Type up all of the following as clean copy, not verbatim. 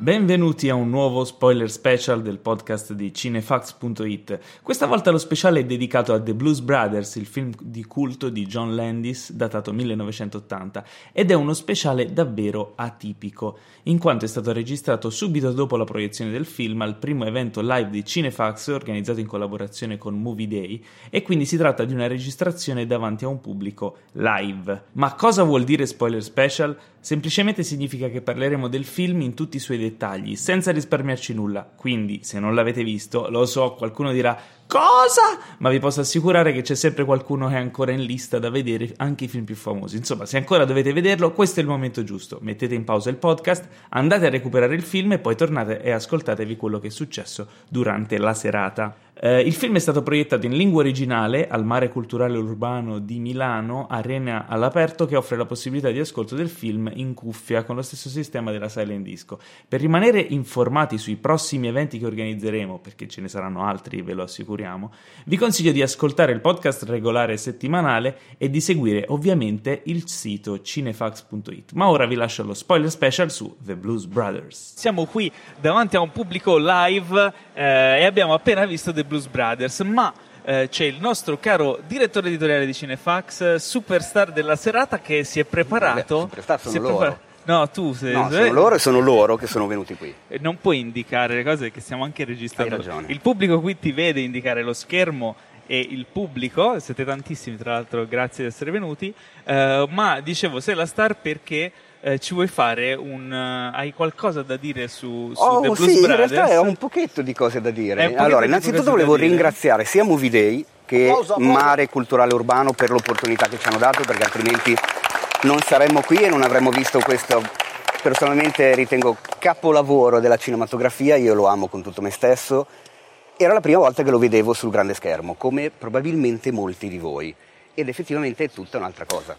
Benvenuti a un nuovo spoiler special del podcast di Cinefax.it. Questa volta lo speciale è dedicato a The Blues Brothers, il film di culto di John Landis datato 1980, ed è uno speciale davvero atipico, in quanto è stato registrato subito dopo la proiezione del film al primo evento live di Cinefax organizzato in collaborazione con Movie Day, e quindi si tratta di una registrazione davanti a un pubblico live. Ma cosa vuol dire spoiler special? Semplicemente significa che parleremo del film in tutti i suoi dettagli, senza risparmiarci nulla. Quindi, se non l'avete visto, lo so, qualcuno dirà "Cosa?", ma vi posso assicurare che c'è sempre qualcuno che è ancora in lista da vedere, anche i film più famosi. Insomma, se ancora dovete vederlo, questo è il momento giusto. Mettete in pausa il podcast, andate a recuperare il film e poi tornate e ascoltatevi quello che è successo durante la serata. Il film è stato proiettato in lingua originale al Mare Culturale Urbano di Milano, arena all'aperto che offre la possibilità di ascolto del film in cuffia con lo stesso sistema della Silent Disco. Per rimanere informati sui prossimi eventi che organizzeremo, perché ce ne saranno altri, ve lo assicuriamo, vi consiglio di ascoltare il podcast regolare settimanale e di seguire ovviamente il sito cinefax.it. Ma ora vi lascio lo spoiler special su The Blues Brothers. Siamo qui davanti a un pubblico live e abbiamo appena visto The Blues Brothers, ma c'è il nostro caro direttore editoriale di Cinefax, superstar della serata, che si è preparato. Superstar sono loro. No, tu sei... No, sono loro e sono loro che sono venuti qui. Non puoi indicare le cose, che stiamo anche registrando. Hai ragione. Il pubblico qui ti vede indicare lo schermo e il pubblico, siete tantissimi tra l'altro, grazie di essere venuti, ma dicevo, sei la star perché ci vuoi fare hai qualcosa da dire su The Blues sì, Brothers? In realtà ho un pochetto di cose da dire. Allora, innanzitutto volevo ringraziare sia Movie Day che Mare Culturale Urbano per l'opportunità che ci hanno dato, perché altrimenti non saremmo qui e non avremmo visto questo, personalmente ritengo, capolavoro della cinematografia. Io lo amo con tutto me stesso. Era la prima volta che lo vedevo sul grande schermo, come probabilmente molti di voi, ed effettivamente è tutta un'altra cosa.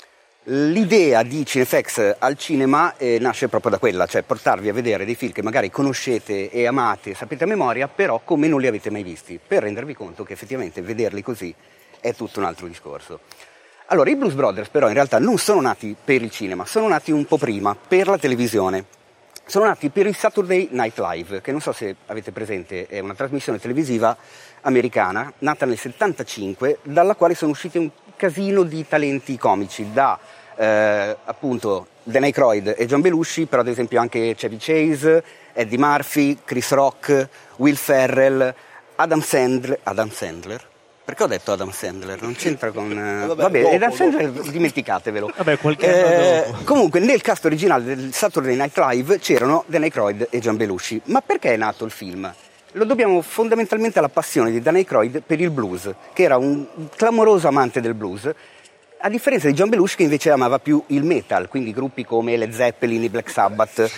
L'idea di Cinefax al cinema nasce proprio da quella, cioè portarvi a vedere dei film che magari conoscete e amate, sapete a memoria, però come non li avete mai visti, per rendervi conto che effettivamente vederli così è tutto un altro discorso. Allora, i Blues Brothers però in realtà non sono nati per il cinema, sono nati un po' prima, per la televisione. Sono nati per il Saturday Night Live, che non so se avete presente, è una trasmissione televisiva americana, nata nel 75, dalla quale sono usciti un casino di talenti comici, da appunto Dan Aykroyd e John Belushi, però ad esempio anche Chevy Chase, Eddie Murphy, Chris Rock, Will Ferrell, Adam Sandler. Perché ho detto Adam Sandler? Non c'entra con... vabbè, Adam Sandler dimenticatevelo. Vabbè, qualche anno dopo. Comunque, nel cast originale del Saturday Night Live c'erano Dan Aykroyd e John Belushi. Ma perché è nato il film? Lo dobbiamo fondamentalmente alla passione di Dan Aykroyd per il blues, che era un clamoroso amante del blues, a differenza di John Belushi, che invece amava più il metal, quindi gruppi come Led Zeppelin, i Black Sabbath.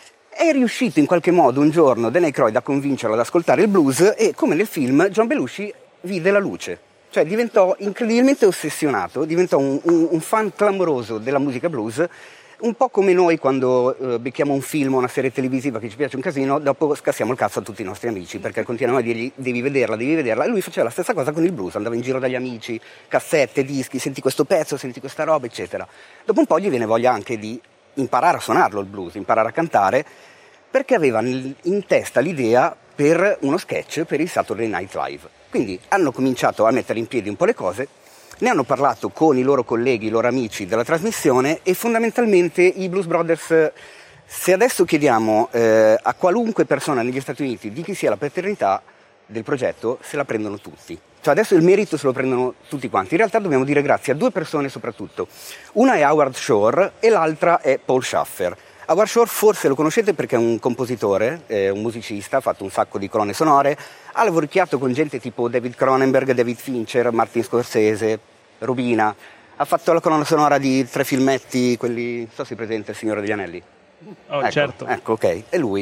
È riuscito in qualche modo un giorno Dan Aykroyd a convincerlo ad ascoltare il blues, e come nel film John Belushi vide la luce, cioè diventò incredibilmente ossessionato, diventò un fan clamoroso della musica blues, un po' come noi quando becchiamo un film o una serie televisiva che ci piace un casino, dopo scassiamo il cazzo a tutti i nostri amici perché continuiamo a dirgli devi vederla, e lui faceva la stessa cosa con il blues, andava in giro dagli amici, cassette, dischi, senti questo pezzo, senti questa roba, eccetera. Dopo un po' gli viene voglia anche di imparare a suonarlo il blues, imparare a cantare, perché aveva in testa l'idea per uno sketch per il Saturday Night Live. Quindi hanno cominciato a mettere in piedi un po' le cose, ne hanno parlato con i loro colleghi, i loro amici della trasmissione, e fondamentalmente i Blues Brothers, se adesso chiediamo a qualunque persona negli Stati Uniti di chi sia la paternità del progetto, se la prendono tutti. Cioè adesso il merito se lo prendono tutti quanti. In realtà dobbiamo dire grazie a due persone soprattutto. Una è Howard Shore e l'altra è Paul Schaffer. Howard Shore forse lo conoscete perché è un compositore, un musicista, ha fatto un sacco di colonne sonore, ha lavoricchiato con gente tipo David Cronenberg, David Fincher, Martin Scorsese, Rubina, ha fatto la colonna sonora di 3 filmetti, quelli, non so se è presente, Il Signore degli Anelli. Oh, ecco, certo. Ecco, ok, è lui.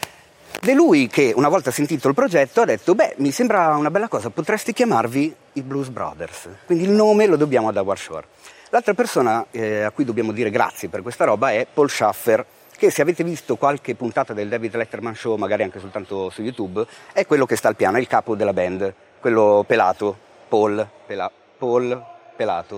Ed è lui che una volta sentito il progetto ha detto, mi sembra una bella cosa, potresti chiamarvi i Blues Brothers. Quindi il nome lo dobbiamo ad Howard Shore. L'altra persona a cui dobbiamo dire grazie per questa roba è Paul Schaffer, che se avete visto qualche puntata del David Letterman Show, magari anche soltanto su YouTube, è quello che sta al piano, è il capo della band, quello pelato, Paul Pelato.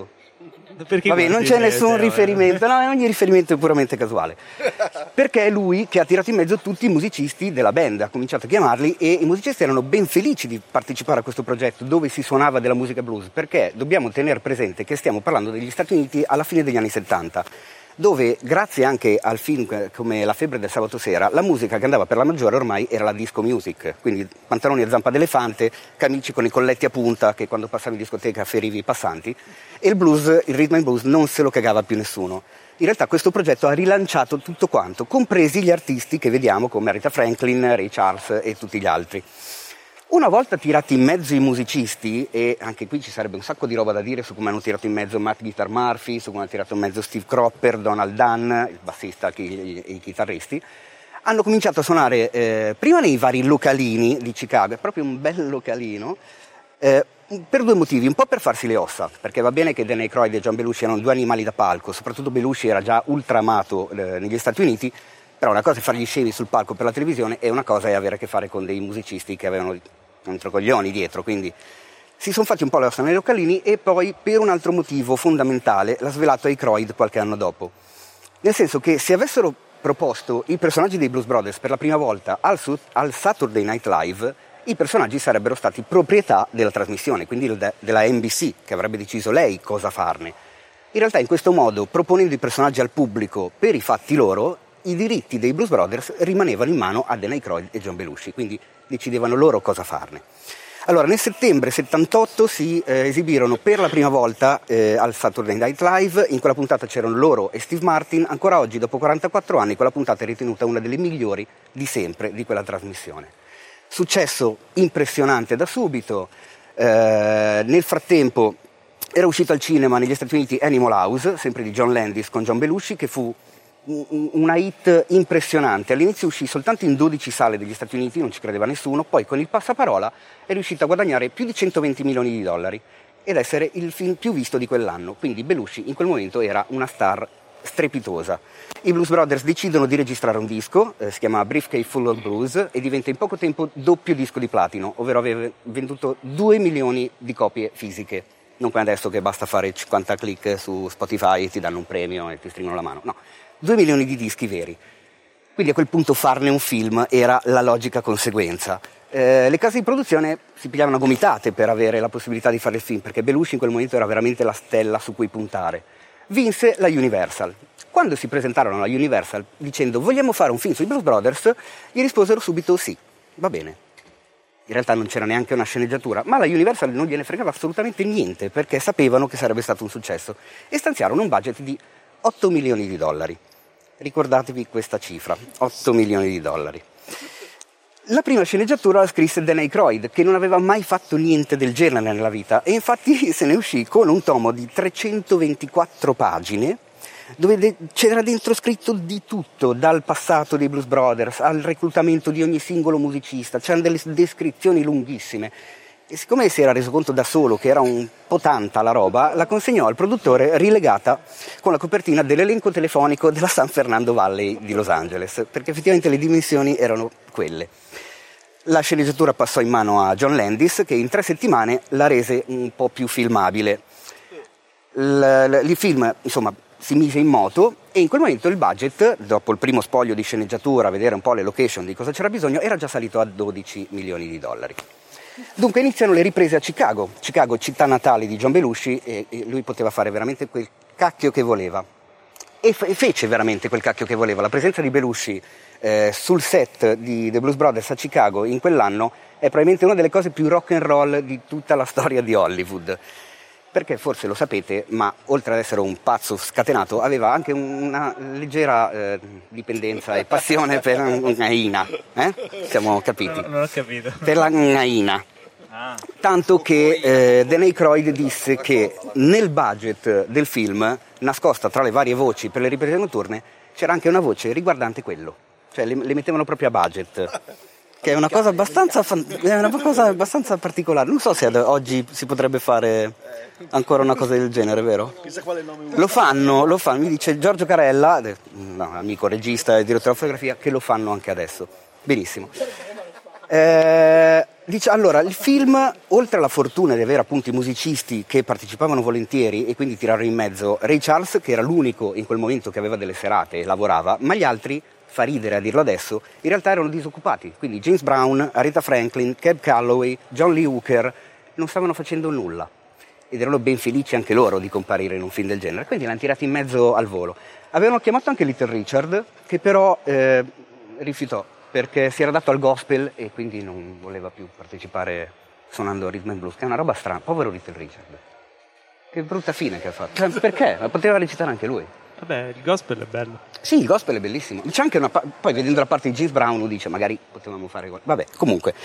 Perché vabbè, non c'è nessun riferimento, no, ogni riferimento è puramente casuale. Perché è lui che ha tirato in mezzo tutti i musicisti della band, ha cominciato a chiamarli, e i musicisti erano ben felici di partecipare a questo progetto dove si suonava della musica blues, perché dobbiamo tenere presente che stiamo parlando degli Stati Uniti alla fine degli anni 70, dove grazie anche al film come La febbre del sabato sera, la musica che andava per la maggiore ormai era la disco music, quindi pantaloni a zampa d'elefante, camici con i colletti a punta che quando passavi in discoteca ferivi i passanti, e il blues, il rhythm and blues non se lo cagava più nessuno. In realtà questo progetto ha rilanciato tutto quanto, compresi gli artisti che vediamo come Aretha Franklin, Ray Charles e tutti gli altri. Una volta tirati in mezzo i musicisti, e anche qui ci sarebbe un sacco di roba da dire su come hanno tirato in mezzo Matt Guitar Murphy, su come hanno tirato in mezzo Steve Cropper, Donald Dunn, il bassista e i chitarristi, hanno cominciato a suonare prima nei vari localini di Chicago, è proprio un bel localino, per due motivi: un po' per farsi le ossa, perché va bene che Dan Aykroyd e John Belushi erano due animali da palco, soprattutto Belushi era già ultra amato negli Stati Uniti, però una cosa è fare gli scemi sul palco per la televisione e una cosa è avere a che fare con dei musicisti che avevano controcoglioni dietro, quindi si sono fatti un po' le ossa nei localini. E poi per un altro motivo fondamentale l'ha svelato Aykroyd qualche anno dopo, nel senso che se avessero proposto i personaggi dei Blues Brothers per la prima volta al Saturday Night Live, i personaggi sarebbero stati proprietà della trasmissione, quindi della NBC, che avrebbe deciso lei cosa farne. In realtà in questo modo, proponendo i personaggi al pubblico per i fatti loro, i diritti dei Blues Brothers rimanevano in mano a Dan Aykroyd e John Belushi, quindi decidevano loro cosa farne. Allora, nel settembre 78 si esibirono per la prima volta al Saturday Night Live. In quella puntata c'erano loro e Steve Martin. Ancora oggi, dopo 44 anni, quella puntata è ritenuta una delle migliori di sempre di quella trasmissione. Successo impressionante da subito. Nel frattempo era uscito al cinema negli Stati Uniti Animal House, sempre di John Landis con John Belushi, che fu una hit impressionante. All'inizio uscì soltanto in 12 sale degli Stati Uniti, non ci credeva nessuno, poi con il passaparola è riuscito a guadagnare più di 120 milioni di dollari ed essere il film più visto di quell'anno, quindi Belushi in quel momento era una star strepitosa. I Blues Brothers decidono di registrare un disco, si chiama Briefcase Full of Blues, e diventa in poco tempo doppio disco di platino, ovvero aveva venduto 2 milioni di copie fisiche, non come adesso che basta fare 50 click su Spotify e ti danno un premio e ti stringono la mano, no. 2 milioni di dischi veri. Quindi a quel punto farne un film era la logica conseguenza. Le case di produzione si pigliavano gomitate per avere la possibilità di fare il film, perché Belushi in quel momento era veramente la stella su cui puntare. Vinse la Universal. Quando si presentarono alla Universal dicendo vogliamo fare un film sui Blues Brothers, gli risposero subito sì, va bene. In realtà non c'era neanche una sceneggiatura, ma la Universal non gliene fregava assolutamente niente, perché sapevano che sarebbe stato un successo, e stanziarono un budget di 8 milioni di dollari. Ricordatevi questa cifra, 8 milioni di dollari. La prima sceneggiatura la scrisse Dan Aykroyd, che non aveva mai fatto niente del genere nella vita, e infatti se ne uscì con un tomo di 324 pagine, dove c'era dentro scritto di tutto, dal passato dei Blues Brothers al reclutamento di ogni singolo musicista. C'erano delle descrizioni lunghissime. E siccome si era reso conto da solo che era un po' tanta la roba, la consegnò al produttore rilegata con la copertina dell'elenco telefonico della San Fernando Valley di Los Angeles, perché effettivamente le dimensioni erano quelle. La sceneggiatura passò in mano a John Landis, che in 3 settimane la rese un po' più filmabile. Il film, insomma, si mise in moto, e in quel momento il budget, dopo il primo spoglio di sceneggiatura, vedere un po' le location di cosa c'era bisogno, era già salito a 12 milioni di dollari. Dunque iniziano le riprese a Chicago, città natale di John Belushi, e lui poteva fare veramente quel cacchio che voleva. E fece veramente quel cacchio che voleva. La presenza di Belushi sul set di The Blues Brothers a Chicago in quell'anno è probabilmente una delle cose più rock and roll di tutta la storia di Hollywood. Perché forse lo sapete, ma oltre ad essere un pazzo scatenato, aveva anche una leggera dipendenza e passione per Naina. Siamo capiti? Non ho capito. Per la Naina. Tanto che Dan Aykroyd disse che nel budget del film, nascosta tra le varie voci per le riprese notturne, c'era anche una voce riguardante quello. Cioè le mettevano proprio a budget. Che è una cosa abbastanza particolare. Non so se oggi si potrebbe fare ancora una cosa del genere, vero? Lo fanno, mi dice Giorgio Carella, amico regista e direttore di fotografia, che lo fanno anche adesso. Benissimo. Allora, il film, oltre alla fortuna di avere appunto i musicisti che partecipavano volentieri e quindi tirarono in mezzo Ray Charles, che era l'unico in quel momento che aveva delle serate e lavorava, ma gli altri, fa ridere a dirlo adesso, in realtà erano disoccupati. Quindi James Brown, Aretha Franklin, Cab Calloway, John Lee Hooker non stavano facendo nulla ed erano ben felici anche loro di comparire in un film del genere, quindi l'hanno tirati in mezzo al volo. Avevano chiamato anche Little Richard, che però rifiutò perché si era dato al gospel e quindi non voleva più partecipare suonando rhythm and blues, che è una roba strana. Povero Little Richard, che brutta fine che ha fatto. Perché? Ma poteva recitare anche lui. Vabbè, il gospel è bello. Sì, il gospel è bellissimo. C'è anche poi vedendo la parte di James Brown uno dice magari potevamo fare vabbè, comunque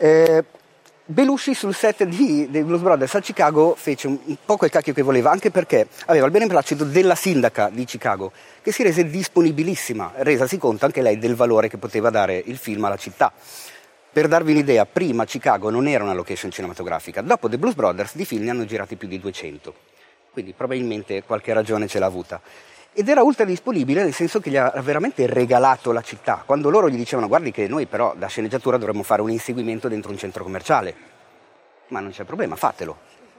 Belushi sul set dei Blues Brothers a Chicago fece un po' quel cacchio che voleva, anche perché aveva il beneplacito della sindaca di Chicago, che si rese disponibilissima, resasi conto anche lei del valore che poteva dare il film alla città. Per darvi un'idea, prima Chicago non era una location cinematografica, dopo The Blues Brothers di film ne hanno girati più di 200, quindi probabilmente qualche ragione ce l'ha avuta. Ed era ultra disponibile, nel senso che gli ha veramente regalato la città. Quando loro gli dicevano guardi che noi però da sceneggiatura dovremmo fare un inseguimento dentro un centro commerciale, ma non c'è problema, fatelo.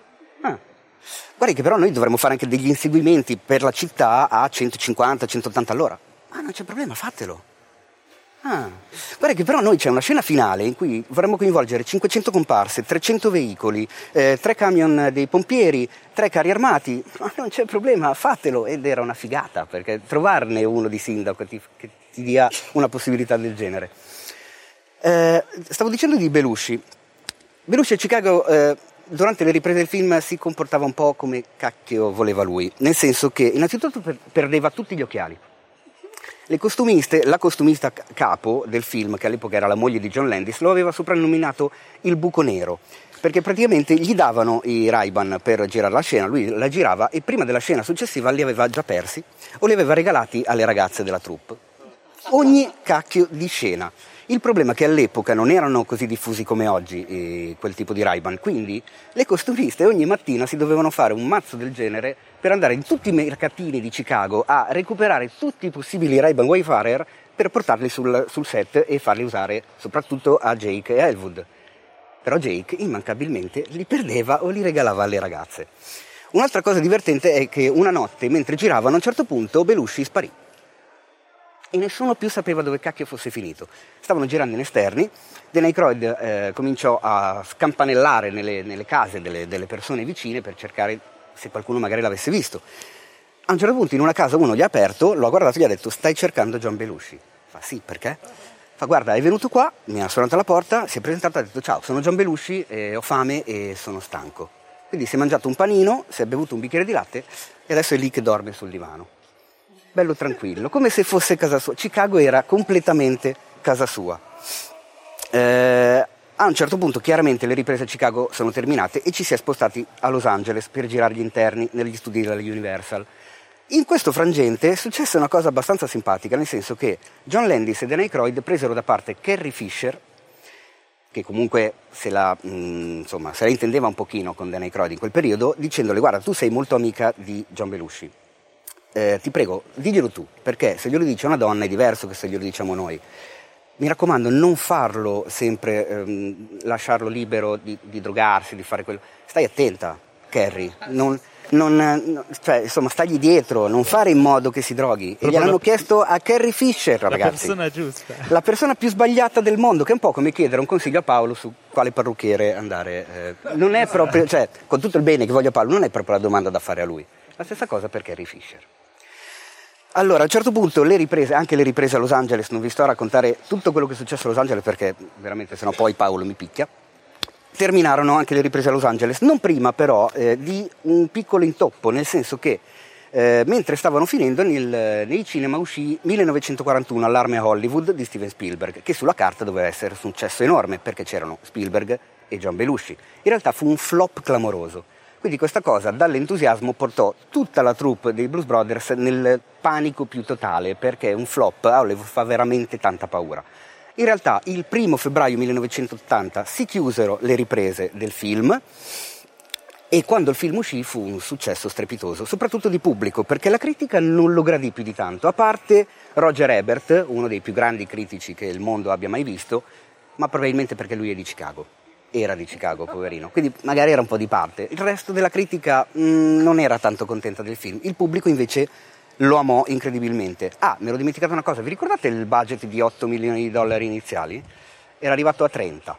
Guardi che però noi dovremmo fare anche degli inseguimenti per la città a 150-180 all'ora, ma non c'è problema, fatelo. Guarda che però noi c'è una scena finale in cui vorremmo coinvolgere 500 comparse, 300 veicoli, 3 camion dei pompieri, 3 carri armati, ma non c'è problema, fatelo. Ed era una figata, perché trovarne uno di sindaco che ti dia una possibilità del genere. Stavo dicendo di Belushi. Belushi a Chicago durante le riprese del film si comportava un po' come cacchio voleva lui, nel senso che innanzitutto perdeva tutti gli occhiali. La costumista capo del film, che all'epoca era la moglie di John Landis, lo aveva soprannominato il buco nero, perché praticamente gli davano i Ray-Ban per girare la scena, lui la girava e prima della scena successiva li aveva già persi o li aveva regalati alle ragazze della troupe. Ogni cacchio di scena. Il problema è che all'epoca non erano così diffusi come oggi quel tipo di Ray-Ban, quindi le costumiste ogni mattina si dovevano fare un mazzo del genere per andare in tutti i mercatini di Chicago a recuperare tutti i possibili Ray-Ban Wayfarer per portarli sul set e farli usare soprattutto a Jake e a Elwood. Però Jake immancabilmente li perdeva o li regalava alle ragazze. Un'altra cosa divertente è che una notte, mentre giravano, a un certo punto Belushi sparì. E nessuno più sapeva dove cacchio fosse finito. Stavano girando in esterni, Dan Aykroyd cominciò a scampanellare nelle case delle persone vicine per cercare se qualcuno magari l'avesse visto. A un certo punto in una casa uno gli ha aperto, lo ha guardato e gli ha detto stai cercando John Belushi? Fa sì, perché? Fa guarda, è venuto qua, mi ha suonato alla porta, si è presentato e ha detto ciao, sono John Belushi, ho fame e sono stanco. Quindi si è mangiato un panino, si è bevuto un bicchiere di latte e adesso è lì che dorme sul divano. Bello tranquillo, come se fosse casa sua. Chicago era completamente casa sua. A un certo punto chiaramente le riprese a Chicago sono terminate e ci si è spostati a Los Angeles per girare gli interni negli studi della Universal. In questo frangente successe una cosa abbastanza simpatica, nel senso che John Landis e Dan Aykroyd presero da parte Carrie Fisher, che comunque se la intendeva un pochino con Dan Aykroyd in quel periodo, dicendole guarda tu sei molto amica di John Belushi. Ti prego, diglielo tu, perché se glielo dice una donna è diverso che se glielo diciamo noi. Mi raccomando, non farlo sempre, lasciarlo libero di drogarsi, di fare quello. Stai attenta, Carrie, stagli dietro, non fare in modo che si droghi. E gliel'hanno chiesto a Carrie Fisher, ragazzi. La persona giusta. La persona più sbagliata del mondo, che è un po' come chiedere un consiglio a Paolo su quale parrucchiere andare. Non è proprio, con tutto il bene che voglio a Paolo, non è proprio la domanda da fare a lui. La stessa cosa per Carrie Fisher. Allora, a un certo punto anche le riprese a Los Angeles, non vi sto a raccontare tutto quello che è successo a Los Angeles perché veramente sennò poi Paolo mi picchia, terminarono anche le riprese a Los Angeles, non prima però di un piccolo intoppo, nel senso che mentre stavano finendo nei cinema uscì 1941 Allarme a Hollywood di Steven Spielberg, che sulla carta doveva essere un successo enorme perché c'erano Spielberg e John Belushi. In realtà fu un flop clamoroso. Quindi questa cosa dall'entusiasmo portò tutta la troupe dei Blues Brothers nel panico più totale, perché un flop fa veramente tanta paura. In realtà il 1 febbraio 1980 si chiusero le riprese del film e quando il film uscì fu un successo strepitoso, soprattutto di pubblico, perché la critica non lo gradì più di tanto, a parte Roger Ebert, uno dei più grandi critici che il mondo abbia mai visto, ma probabilmente perché lui è di Chicago. Era di Chicago, poverino, quindi magari era un po' di parte. Il resto della critica non era tanto contenta del film. Il pubblico invece lo amò incredibilmente. Ah, mi ero dimenticato una cosa, vi ricordate il budget di $8 milioni iniziali? Era arrivato a 30.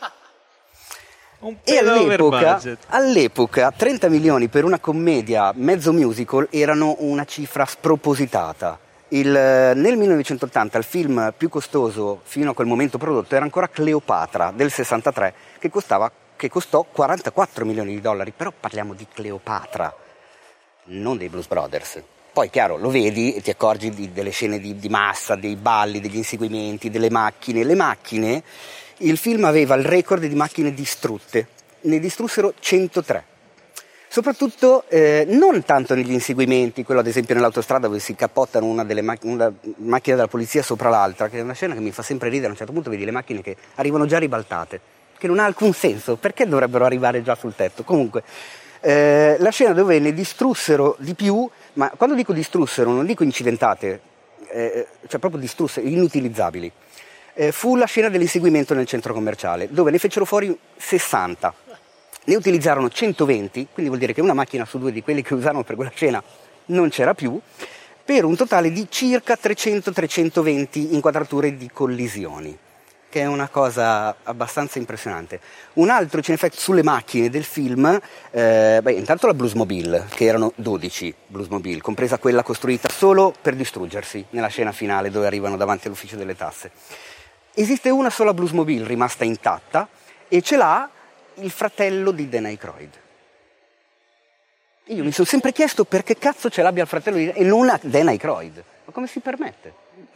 E all'epoca 30 milioni per una commedia mezzo musical erano una cifra spropositata. Nel 1980 il film più costoso fino a quel momento prodotto era ancora Cleopatra del 63, che costò $44 milioni, però parliamo di Cleopatra, non dei Blues Brothers. Poi chiaro, lo vedi e ti accorgi delle scene di massa, dei balli, degli inseguimenti, delle macchine. Le macchine, il film aveva il record di macchine distrutte, ne distrussero 103. Soprattutto non tanto negli inseguimenti, quello ad esempio nell'autostrada dove si cappottano una macchina della polizia sopra l'altra, che è una scena che mi fa sempre ridere. A un certo punto vedi le macchine che arrivano già ribaltate, che non ha alcun senso, perché dovrebbero arrivare già sul tetto? Comunque, la scena dove ne distrussero di più, ma quando dico distrussero non dico incidentate, cioè proprio distrussero, inutilizzabili, fu la scena dell'inseguimento nel centro commerciale, dove ne fecero fuori 60. Ne utilizzarono 120, quindi vuol dire che una macchina su 2 di quelli che usarono per quella scena non c'era più, per un totale di circa 300-320 inquadrature di collisioni, che è una cosa abbastanza impressionante. Un altro cinefect sulle macchine del film, intanto la Bluesmobile, che erano 12 Bluesmobile, compresa quella costruita solo per distruggersi nella scena finale dove arrivano davanti all'ufficio delle tasse. Esiste una sola Bluesmobile rimasta intatta e ce l'ha il fratello di Dan Aykroyd. Io mi sono sempre chiesto perché cazzo ce l'abbia il fratello e non Dan Aykroyd. Ma come si permette?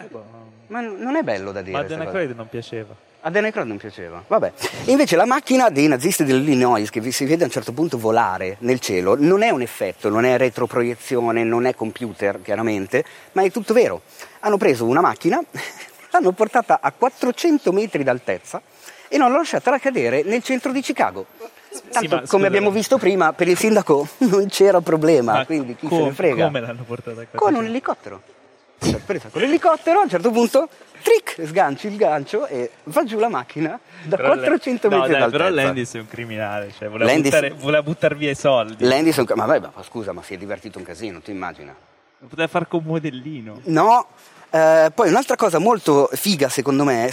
Ma non è bello da dire. Ma a Dan Aykroyd non piaceva. A Dan Aykroyd non piaceva, vabbè. E invece la macchina dei nazisti dell'Illinois, che si vede a un certo punto volare nel cielo, non è un effetto, non è retroproiezione, non è computer, chiaramente, ma è tutto vero. Hanno preso una macchina, l'hanno portata a 400 metri d'altezza e non l'ho lasciata cadere nel centro di Chicago. Tanto, come abbiamo visto prima, per il sindaco non c'era problema, quindi chi se ne frega. Come l'hanno portata a 400? Con un elicottero. Con l'elicottero a un certo punto, trick, sganci il gancio e va giù la macchina da 400 metri d'altezza. Però Landis è un criminale, cioè voleva buttare via i soldi. Landis è un ma scusa, ma si è divertito un casino, tu immagina. Lo poteva fare con un modellino. No. Poi un'altra cosa molto figa secondo me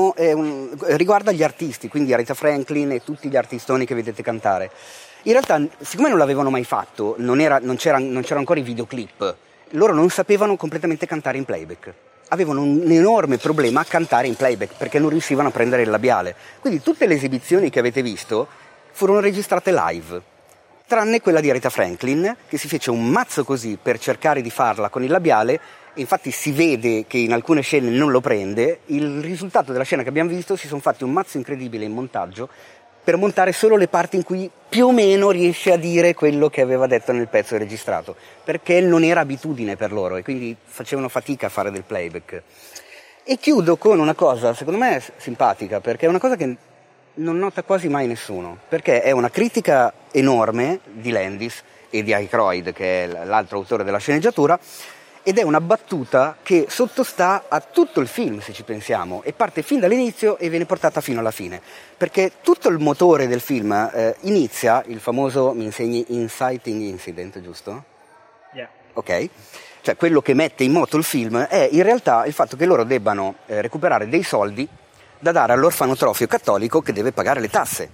riguarda gli artisti, quindi Aretha Franklin e tutti gli artistoni che vedete cantare. In realtà, siccome non l'avevano mai fatto, non c'erano ancora i videoclip, loro non sapevano completamente cantare in playback. Avevano un enorme problema a cantare in playback perché non riuscivano a prendere il labiale. Quindi tutte le esibizioni che avete visto furono registrate live, tranne quella di Aretha Franklin, che si fece un mazzo così per cercare di farla con il labiale. Infatti si vede che in alcune scene non lo prende. Il risultato della scena che abbiamo visto, si sono fatti un mazzo incredibile in montaggio per montare solo le parti in cui più o meno riesce a dire quello che aveva detto nel pezzo registrato, perché non era abitudine per loro e quindi facevano fatica a fare del playback. E chiudo con una cosa secondo me simpatica, perché è una cosa che non nota quasi mai nessuno, perché è una critica enorme di Landis e di Aykroyd, che è l'altro autore della sceneggiatura, ed è una battuta che sottostà a tutto il film, se ci pensiamo, e parte fin dall'inizio e viene portata fino alla fine, perché tutto il motore del film inizia, il famoso, mi insegni, inciting incident, giusto? Yeah. Ok, cioè quello che mette in moto il film è in realtà il fatto che loro debbano recuperare dei soldi da dare all'orfanotrofio cattolico che deve pagare le tasse.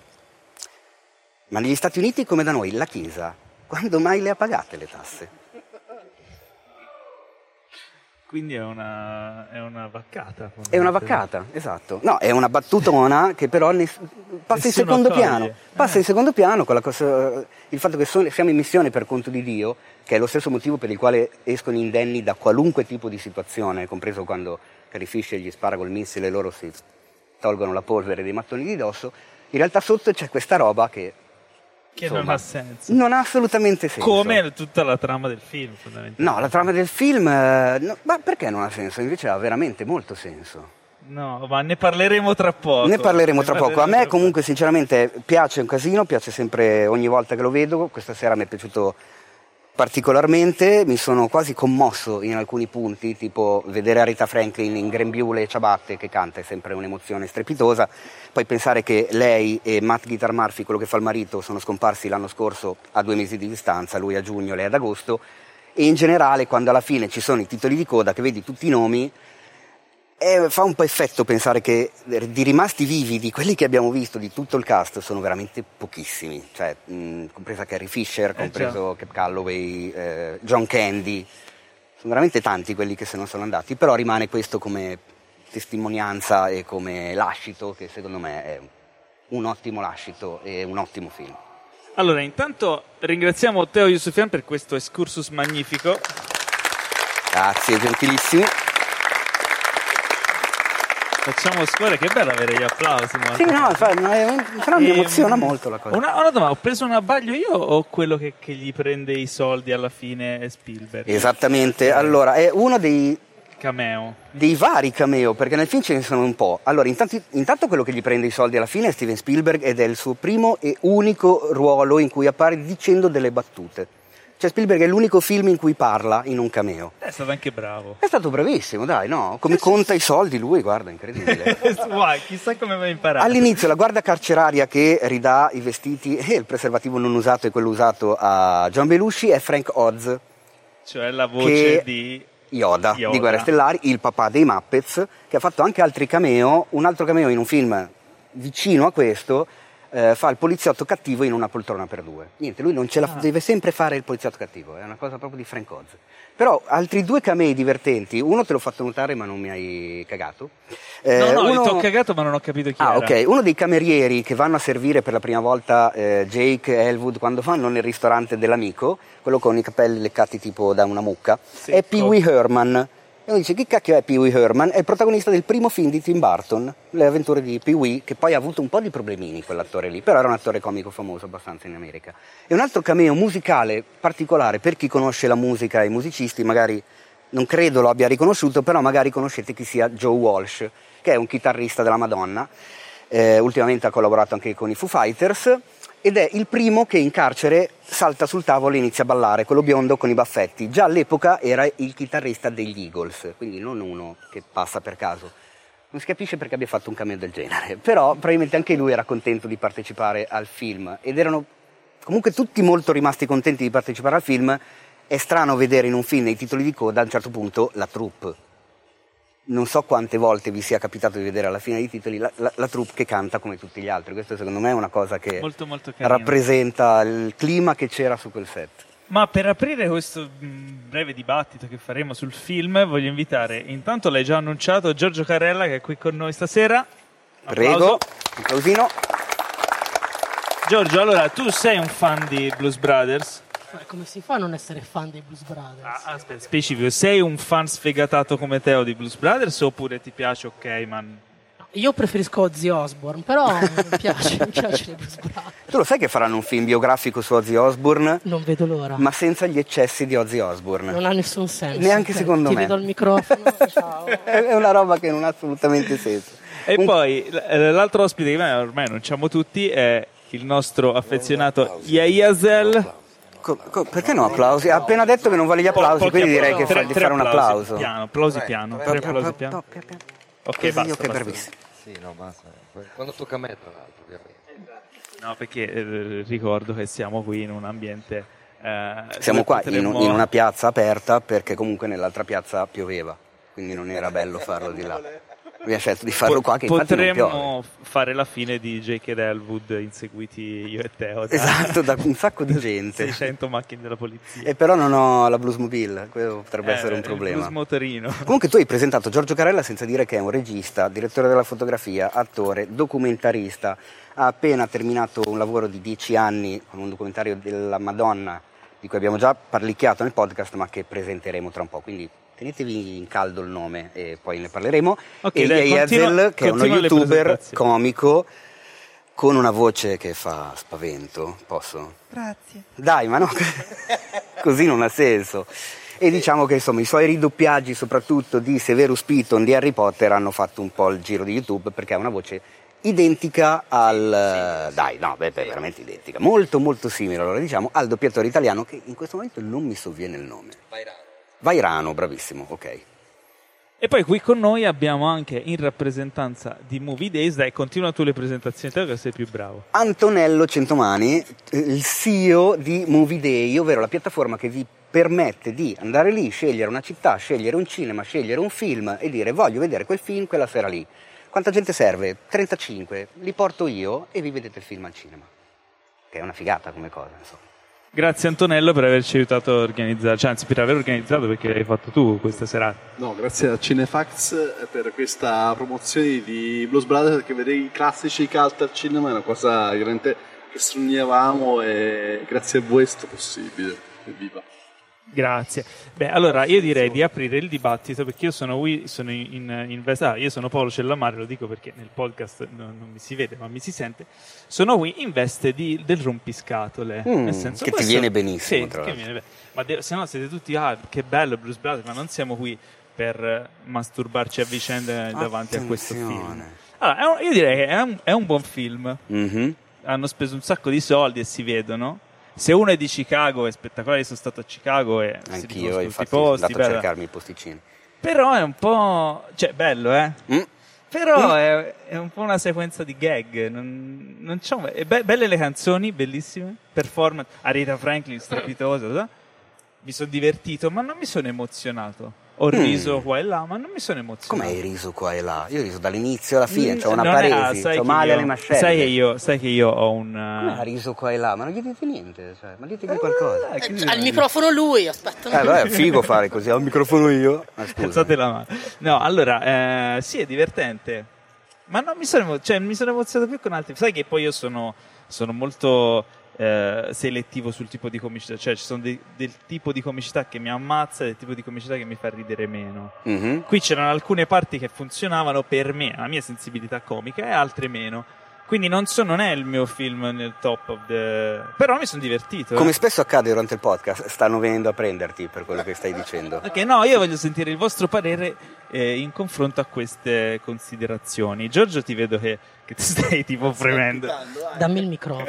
Ma negli Stati Uniti, come da noi, la Chiesa, quando mai le ha pagate le tasse? Quindi è una vaccata. È una vaccata, esatto. No, è una battutona che però passa in secondo piano. Passa in secondo piano con il fatto che siamo in missione per conto di Dio, che è lo stesso motivo per il quale escono indenni da qualunque tipo di situazione, compreso quando Carrie Fisher gli spara col missile e loro si tolgono la polvere dei mattoni di dosso. In realtà sotto c'è questa roba che non ha senso. Non ha assolutamente senso. Come tutta la trama del film, fondamentalmente. No, la trama del film... ma perché non ha senso? Invece ha veramente molto senso. No, ma ne parleremo tra poco. Ne parleremo tra poco. A me comunque sinceramente piace un casino, piace sempre ogni volta che lo vedo. Questa sera mi è piaciuto Particolarmente mi sono quasi commosso in alcuni punti, tipo vedere Aretha Franklin in grembiule e ciabatte che canta è sempre un'emozione strepitosa, poi pensare che lei e Matt Guitar Murphy, quello che fa il marito, sono scomparsi l'anno scorso a 2 mesi di distanza, lui a giugno, lei ad agosto, e in generale quando alla fine ci sono i titoli di coda che vedi tutti i nomi, fa un po' effetto pensare che di rimasti vivi di quelli che abbiamo visto di tutto il cast sono veramente pochissimi, cioè compresa Carrie Fisher, compreso Cab Calloway, John Candy, sono veramente tanti quelli che se ne sono andati, però rimane questo come testimonianza e come lascito che secondo me è un ottimo lascito e un ottimo film. Allora, intanto ringraziamo Teo Yusufian per questo excursus magnifico. Grazie, gentilissimi. Facciamo scuola, che bello avere gli applausi. Sì, no, però mi emoziona molto la cosa. Una domanda, ho preso un abbaglio io o quello che gli prende i soldi alla fine è Spielberg? Esattamente, allora è uno dei vari cameo, perché nel film ce ne sono un po'. Allora, intanto quello che gli prende i soldi alla fine è Steven Spielberg ed è il suo primo e unico ruolo in cui appare dicendo delle battute. Cioè Spielberg è l'unico film in cui parla in un cameo. È stato anche bravo. È stato bravissimo, dai, no? Come conta i soldi lui, guarda, incredibile. Chissà come va a imparare. All'inizio la guardia carceraria che ridà i vestiti e il preservativo non usato e quello usato a John Belushi è Frank Oz. Cioè la voce di Yoda di Guerre Stellari, il papà dei Muppets, che ha fatto anche altri cameo, un altro cameo in un film vicino a questo, fa il poliziotto cattivo in Una poltrona per due. Niente, lui non ce la deve sempre fare il poliziotto cattivo, è una cosa proprio di Frank Oz. Però altri 2 camei divertenti, uno te l'ho fatto notare ma non mi hai cagato. Uno... ti ho cagato ma non ho capito chi era. Ok, uno dei camerieri che vanno a servire per la prima volta Jake e Elwood quando vanno nel ristorante dell'amico, quello con i capelli leccati tipo da una mucca, è Pee Wee Herman. E uno dice, chi cacchio è Pee Wee Herman? È il protagonista del primo film di Tim Burton, Le avventure di Pee Wee, che poi ha avuto un po' di problemini quell'attore lì, però era un attore comico famoso abbastanza in America. E un altro cameo musicale particolare, per chi conosce la musica e i musicisti, magari non credo lo abbia riconosciuto, però magari conoscete chi sia Joe Walsh, che è un chitarrista della Madonna, ultimamente ha collaborato anche con i Foo Fighters, ed è il primo che in carcere salta sul tavolo e inizia a ballare, quello biondo con i baffetti. Già all'epoca era il chitarrista degli Eagles, quindi non uno che passa per caso. Non si capisce perché abbia fatto un cameo del genere, però probabilmente anche lui era contento di partecipare al film, ed erano comunque tutti molto rimasti contenti di partecipare al film. È strano vedere in un film nei titoli di coda a un certo punto la troupe. Non so quante volte vi sia capitato di vedere alla fine dei titoli la troupe che canta come tutti gli altri. Questo secondo me è una cosa che molto rappresenta il clima che c'era su quel set. Ma per aprire questo breve dibattito che faremo sul film, voglio invitare, intanto l'hai già annunciato, Giorgio Carella, che è qui con noi stasera. Prego, un applausino. Giorgio, allora, tu sei un fan di Blues Brothers? Come si fa a non essere fan dei Blues Brothers? Aspetta, specifico, sei un fan sfegatato come Teo di Blues Brothers oppure ti piace ok, man? Io preferisco Ozzy Osbourne, però mi piace i Blues Brothers. Tu lo sai che faranno un film biografico su Ozzy Osbourne? Non vedo l'ora. Ma senza gli eccessi di Ozzy Osbourne. Non ha nessun senso. Neanche secondo me. Ti vedo il microfono, ciao. È una roba che non ha assolutamente senso. E poi l'altro ospite che ormai annunciamo tutti è il nostro affezionato Yazel. Perché no applausi? Ha appena detto che non vuole gli applausi, quindi direi che di fare un applauso. Applausi piano. Ok, basta. Bravissimo. Sì, no, basta. Quando tocca a me, tra l'altro, ovviamente. No, perché ricordo che siamo qui in un ambiente... siamo qua in una piazza aperta, perché comunque nell'altra piazza pioveva, quindi non era bello farlo di là. Abbiamo scelto di farlo qua, che infatti non piove. Potremmo fare la fine di Jake ed Elwood inseguiti io e Teo. Esatto, da un sacco di gente. 600 macchine della polizia. E però non ho la Bluesmobile, quello potrebbe essere un problema. Il Bluesmotorino. Comunque tu hai presentato Giorgio Carella senza dire che è un regista, direttore della fotografia, attore, documentarista. Ha appena terminato un lavoro di 10 anni con un documentario della Madonna, di cui abbiamo già parlicchiato nel podcast, ma che presenteremo tra un po', quindi tenetevi in caldo il nome e poi ne parleremo. Okay, e Yazel, che è uno youtuber comico con una voce che fa spavento. Posso? Grazie. Dai, ma no, così non ha senso. E diciamo che insomma i suoi ridoppiaggi, soprattutto di Severus Piton di Harry Potter, hanno fatto un po' il giro di YouTube, perché ha una voce identica veramente identica, molto molto simile, allora diciamo, al doppiatore italiano che in questo momento non mi sovviene il nome. Vairano, bravissimo, ok. E poi qui con noi abbiamo anche in rappresentanza di Movie Days, dai, continua tu le presentazioni, te che sei più bravo. Antonello Centomani, il CEO di Movie Day, ovvero la piattaforma che vi permette di andare lì, scegliere una città, scegliere un cinema, scegliere un film e dire voglio vedere quel film quella sera lì. Quanta gente serve? 35, li porto io e vi vedete il film al cinema. Che è una figata come cosa, insomma. Grazie Antonello per averci aiutato a organizzare, cioè anzi per aver organizzato, perché l'hai fatto tu questa serata. No, grazie a Cinefax per questa promozione di Blues Brothers, perché vedere i classici cult al cinema è una cosa veramente che sognavamo e grazie a voi è stato possibile. Evviva! Grazie. Beh, allora io direi di aprire il dibattito, perché io sono io sono Paolo Cellamare, lo dico perché nel podcast non mi si vede ma mi si sente. Sono qui in veste del rompiscatole, nel senso, che ti viene benissimo, sì, tra l'altro. ma se no siete tutti che bello Blues Brothers, ma non siamo qui per masturbarci a vicenda davanti a questo film. Allora, io direi che è un buon film. Hanno speso un sacco di soldi e si vedono. Se uno è di Chicago è spettacolare, io sono stato a Chicago e anch'io, infatti sono andato a cercarmi i posticini. Però è un po', cioè bello, però è un po' una sequenza di gag, non c'è belle le canzoni, bellissime, performance, Aretha Franklin strepitosa, mi sono divertito ma non mi sono emozionato. Ho riso qua e là, ma non mi sono emozionato. Come hai riso qua e là? Io ho riso dall'inizio alla fine, c'ho una paresi, c'ho male alle mascelle. Sai che io ho un... Come ha riso qua e là? Ma non gli dite niente, cioè, ma ditegli qualcosa. Al microfono lui, aspetta. Vabbè, è figo fare così, al microfono io. Alzate la mano. No, allora, sì, è divertente, ma non mi sono emozionato più con altri. Sai che poi io sono molto... selettivo sul tipo di comicità, cioè ci sono del tipo di comicità che mi ammazza e del tipo di comicità che mi fa ridere meno. Qui c'erano alcune parti che funzionavano per me, la mia sensibilità comica, e altre meno, quindi non è il mio film nel top of the... però mi sono divertito. Come spesso accade durante il podcast, stanno venendo a prenderti per quello che stai dicendo. Ok, no, io voglio sentire il vostro parere in confronto a queste considerazioni. Giorgio, ti vedo che ti stai tipo fremendo. Dammi il microfono.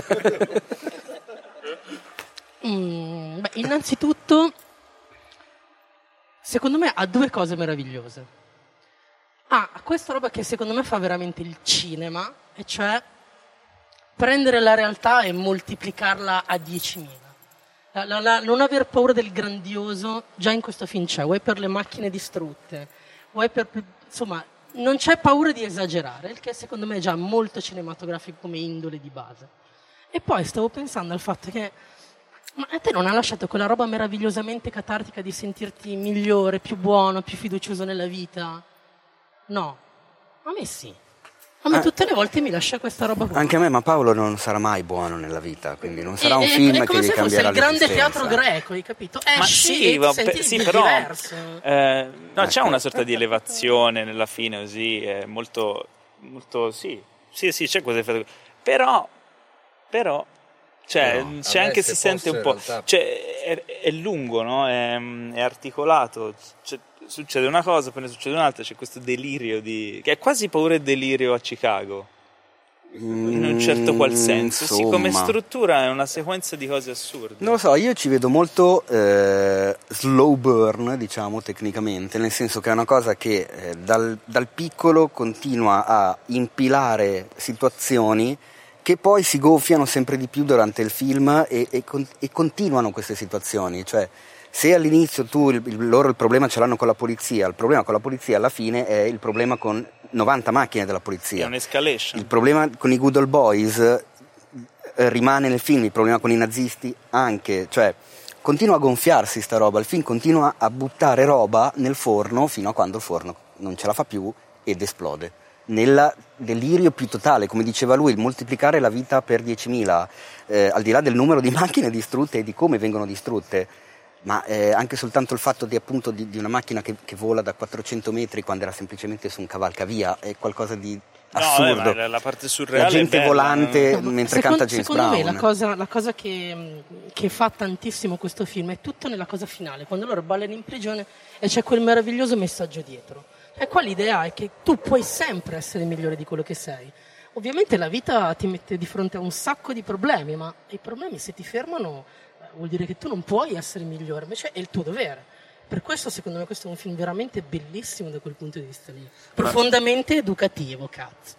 Innanzitutto, secondo me ha due cose meravigliose. Questa roba che secondo me fa veramente il cinema, e cioè prendere la realtà e moltiplicarla a 10.000. Non aver paura del grandioso, già in questo film c'è, vuoi per le macchine distrutte, vuoi per... insomma, non c'è paura di esagerare, il che secondo me è già molto cinematografico come indole di base. E poi stavo pensando al fatto che ma a te non ha lasciato quella roba meravigliosamente catartica di sentirti migliore, più buono, più fiducioso nella vita? No, a me sì. A me tutte le volte mi lascia questa roba qua. Anche a me, ma Paolo non sarà mai buono nella vita, quindi non sarà un film che gli cambierà l'esistenza. È come se fosse il grande teatro greco, hai capito? Ma sì, però no, c'è una sorta di elevazione nella fine, così, molto, molto, sì, c'è questo effetto. Però cioè, c'è anche, si sente un po', cioè, è lungo, no? È articolato, succede una cosa, poi ne succede un'altra, c'è questo delirio che è quasi paura e delirio a Chicago, in un certo qual senso. Sì, come struttura è una sequenza di cose assurde. Non lo so, io ci vedo molto slow burn, diciamo, tecnicamente, nel senso che è una cosa che dal piccolo continua a impilare situazioni che poi si gonfiano sempre di più durante il film e continuano queste situazioni, cioè se all'inizio loro il problema ce l'hanno con la polizia, il problema con la polizia alla fine è il problema con 90 macchine della polizia. È un'escalation. Il problema con i Good Old Boys rimane nel film, il problema con i nazisti anche, cioè continua a gonfiarsi sta roba, il film continua a buttare roba nel forno fino a quando il forno non ce la fa più ed esplode. Nel delirio più totale, come diceva lui, il moltiplicare la vita per 10.000, al di là del numero di macchine distrutte e di come vengono distrutte, ma anche soltanto il fatto di una macchina che vola da 400 metri quando era semplicemente su un cavalcavia è qualcosa di assurdo. Ma la parte surreale, la gente è bella, volante mentre canta James Brown. Secondo me la cosa che fa tantissimo questo film è tutto nella cosa finale, quando loro ballano in prigione e c'è quel meraviglioso messaggio dietro. E qua l'idea è che tu puoi sempre essere migliore di quello che sei. Ovviamente la vita ti mette di fronte a un sacco di problemi, ma i problemi se ti fermano vuol dire che tu non puoi essere migliore, invece è il tuo dovere. Per questo secondo me questo è un film veramente bellissimo da quel punto di vista lì. Profondamente educativo, cazzo.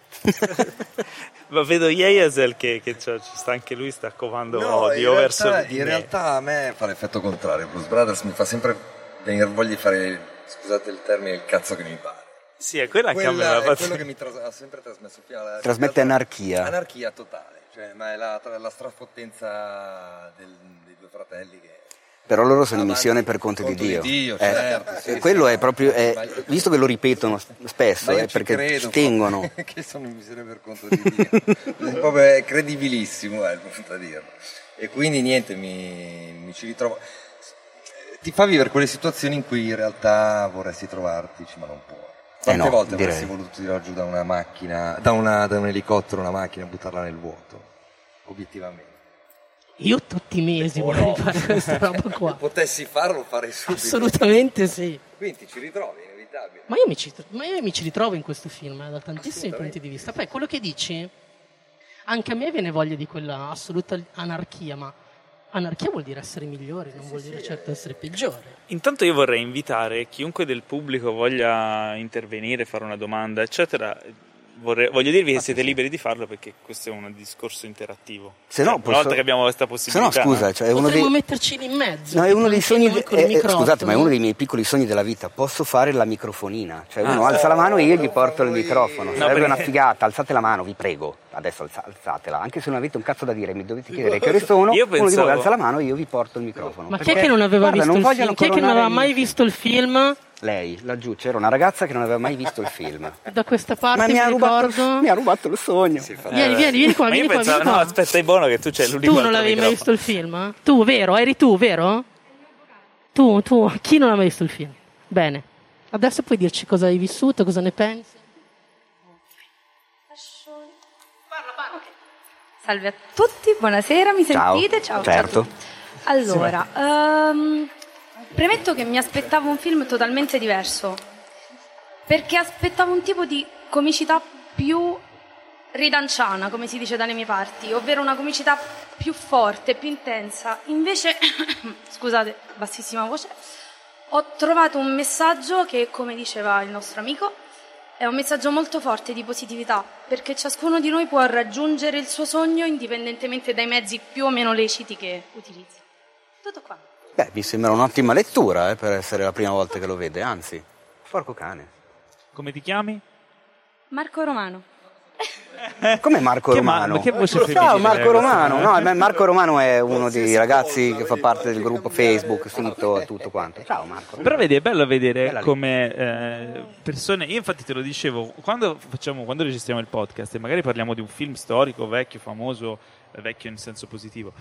Ma vedo Yeyazel che ci sta anche lui, sta covando odio verso di in me. realtà a me fa l'effetto contrario. Blues Brothers mi fa sempre venire voglia di fare, scusate il termine, il cazzo che mi pare. Sì, è quella che a me È quello che mi ha sempre trasmesso Trasmette anarchia. Anarchia totale, cioè, ma è la strafottenza dei due fratelli che... Però loro sono in missione per conto di Dio. Certo, sì, quello sì. è proprio, visto che lo ripetono spesso, Ma io è ci perché credo, ci tengono. che sono in missione per conto di Dio. Proprio è credibilissimo, il punto a dirlo. E quindi niente, mi ci ritrovo. Ti fa vivere quelle situazioni in cui in realtà vorresti trovarti, ma non puoi. Quante volte avresti voluto tirare giù da una macchina, da un elicottero una macchina e buttarla nel vuoto? Obiettivamente. Io tutti i mesi vorrei fare questa roba qua. Potessi farlo, farei subito. Assolutamente sì. Quindi ci ritrovi, inevitabile. Ma io mi ci ritrovo in questo film da tantissimi punti di vista. Poi quello che dici, anche a me viene voglia di quella assoluta anarchia, ma anarchia vuol dire essere migliori, non vuol dire certo essere peggiori. Intanto io vorrei invitare chiunque del pubblico voglia intervenire, fare una domanda, eccetera. Voglio dirvi che siete liberi di farlo, perché questo è un discorso interattivo. Se no, una volta che abbiamo questa possibilità. Se no, scusa, cioè, potremmo metterci lì in mezzo. No, è uno dei sogni. Scusate, ma è uno dei miei miei piccoli sogni della vita. Posso fare la microfonina? Cioè, uno alza la mano e io gli porto il microfono. Sarebbe una figata. Alzate la mano, vi prego. Adesso alzatela. Anche se non avete un cazzo da dire, mi dovete chiedere che ore sono. Io Uno di voi alza la mano e io vi porto il microfono. Ma chi è che non aveva guarda, visto non il film? Chi è che non aveva mai visto il film? Lei, laggiù, c'era una ragazza che non aveva mai visto il film. Da questa parte Ma mi ha ricordo. rubato il sogno. Vieni qua, Ma io vieni qua. pensavo, no, aspetta, è buono che tu c'è l'unico. Tu non l'avevi mai visto il film? Tu, vero? Eri tu, vero? Tu, chi non ha mai visto il film? Bene. Adesso puoi dirci cosa hai vissuto, cosa ne pensi? Salve a tutti, buonasera, mi sentite? Ciao. Certo. Allora, premetto che mi aspettavo un film totalmente diverso, perché aspettavo un tipo di comicità più ridanciana, come si dice dalle mie parti, ovvero una comicità più forte, più intensa. Invece, scusate, bassissima voce, ho trovato un messaggio che, come diceva il nostro amico, è un messaggio molto forte di positività, perché ciascuno di noi può raggiungere il suo sogno indipendentemente dai mezzi più o meno leciti che utilizza. Tutto qua. Beh, mi sembra un'ottima lettura per essere la prima volta che lo vede, anzi, porco cane. Come ti chiami? Marco Romano. Come Marco Romano? Che voce femminile? Ciao Marco Romano. No, Marco Romano è uno dei ragazzi che fa parte del gruppo Facebook, sito e tutto quanto. Ciao Marco. Però vedi, è bello vedere Bella come persone. Io infatti te lo dicevo, quando registriamo il podcast e magari parliamo di un film storico, vecchio, famoso, vecchio in senso positivo.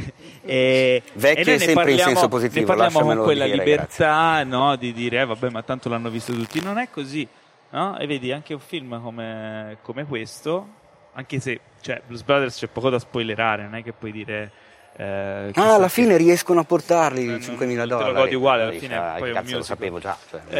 Vecchio è sempre in senso positivo. Ne parliamo con lasciamelo quella dire, libertà, no, di dire vabbè, ma tanto l'hanno visto tutti. Non è così. No? E vedi anche un film come questo, anche se Blues Brothers c'è poco da spoilerare, non è che puoi dire alla fine riescono a portarli $5.000. Te lo godi uguale, alla fine poi è un cazzo, lo musical. sapevo già.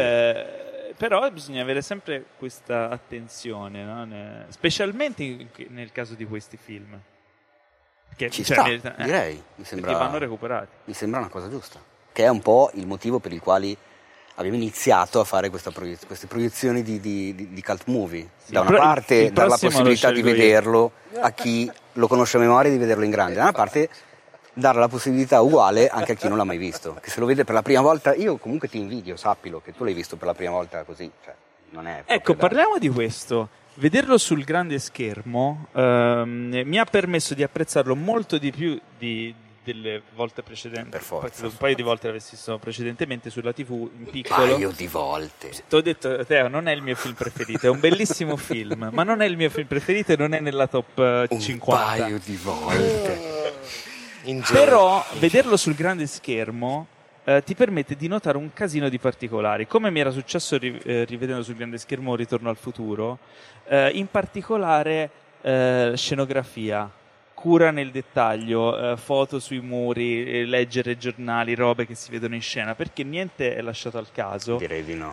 Però bisogna avere sempre questa attenzione, no? Specialmente nel caso di questi film. Che, Ci sta, direi. Mi sembra, perché vanno recuperati. Mi sembra una cosa giusta. Che è un po' il motivo per il quale abbiamo iniziato a fare queste proiezioni di cult movie. Sì, Da una parte dare la prossimo possibilità lo di scelgo vederlo a chi lo conosce a memoria, di vederlo in grande. Da una parte dare la possibilità uguale anche a chi non l'ha mai visto, che se lo vede per la prima volta. Io comunque ti invidio, sappilo, che tu l'hai visto per la prima volta così, cioè, non è Ecco, parliamo di questo. Vederlo sul grande schermo mi ha permesso di apprezzarlo molto di più delle volte precedenti. Per forza. Un paio di volte l'avessi visto precedentemente sulla TV in piccolo. Un paio di volte. Ti ho detto, Teo, non è il mio film preferito, è un bellissimo film, ma non è il mio film preferito e non è nella top 50. Un paio di volte. Però vederlo sul grande schermo ti permette di notare un casino di particolari, come mi era successo rivedendo sul grande schermo Ritorno al futuro, in particolare scenografia, cura nel dettaglio, foto sui muri, leggere giornali, robe che si vedono in scena, perché niente è lasciato al caso. Direi di no.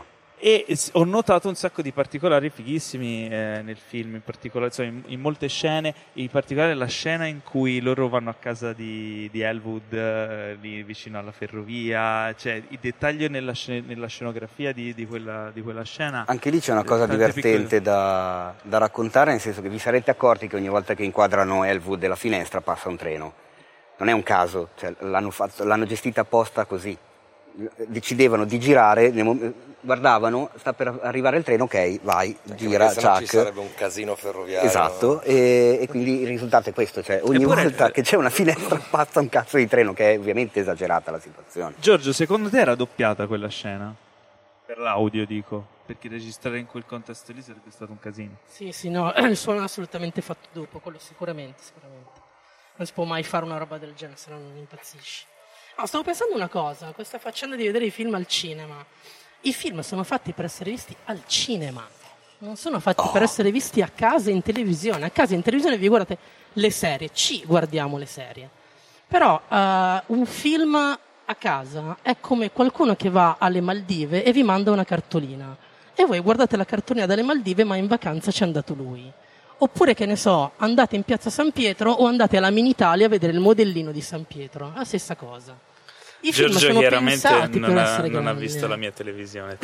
E ho notato un sacco di particolari fighissimi nel film, in particolare, insomma, in molte scene, in particolare la scena in cui loro vanno a casa di Elwood, lì vicino alla ferrovia, cioè i dettagli nella scenografia di quella scena. Anche lì c'è una cosa divertente da raccontare, nel senso che vi sarete accorti che ogni volta che inquadrano Elwood della finestra passa un treno. Non è un caso, cioè, l'hanno gestita apposta così. Decidevano di girare, guardavano, sta per arrivare il treno, ok, vai, gira, ciak. Ci sarebbe un casino ferroviario. Esatto, e quindi il risultato è questo, cioè ogni volta che c'è una finestra passa un cazzo di treno, che è ovviamente esagerata la situazione. Giorgio, secondo te era doppiata quella scena? Per l'audio, dico, perché registrare in quel contesto lì sarebbe stato un casino. Sì, no, il suono è assolutamente fatto dopo, quello sicuramente. Non si può mai fare una roba del genere, se no non impazzisci. No, stavo pensando una cosa, questa faccenda di vedere i film al cinema. I film sono fatti per essere visti al cinema, non sono fatti per essere visti a casa in televisione. A casa in televisione vi guardate le serie, ci guardiamo le serie. Però un film a casa è come qualcuno che va alle Maldive e vi manda una cartolina. E voi guardate la cartolina dalle Maldive, ma in vacanza c'è andato lui. Oppure, che ne so, andate in piazza San Pietro o andate alla Mini-Italia a vedere il modellino di San Pietro. La stessa cosa. I film Giorgio sono chiaramente pensati per essere non ha grandi. visto la mia televisione.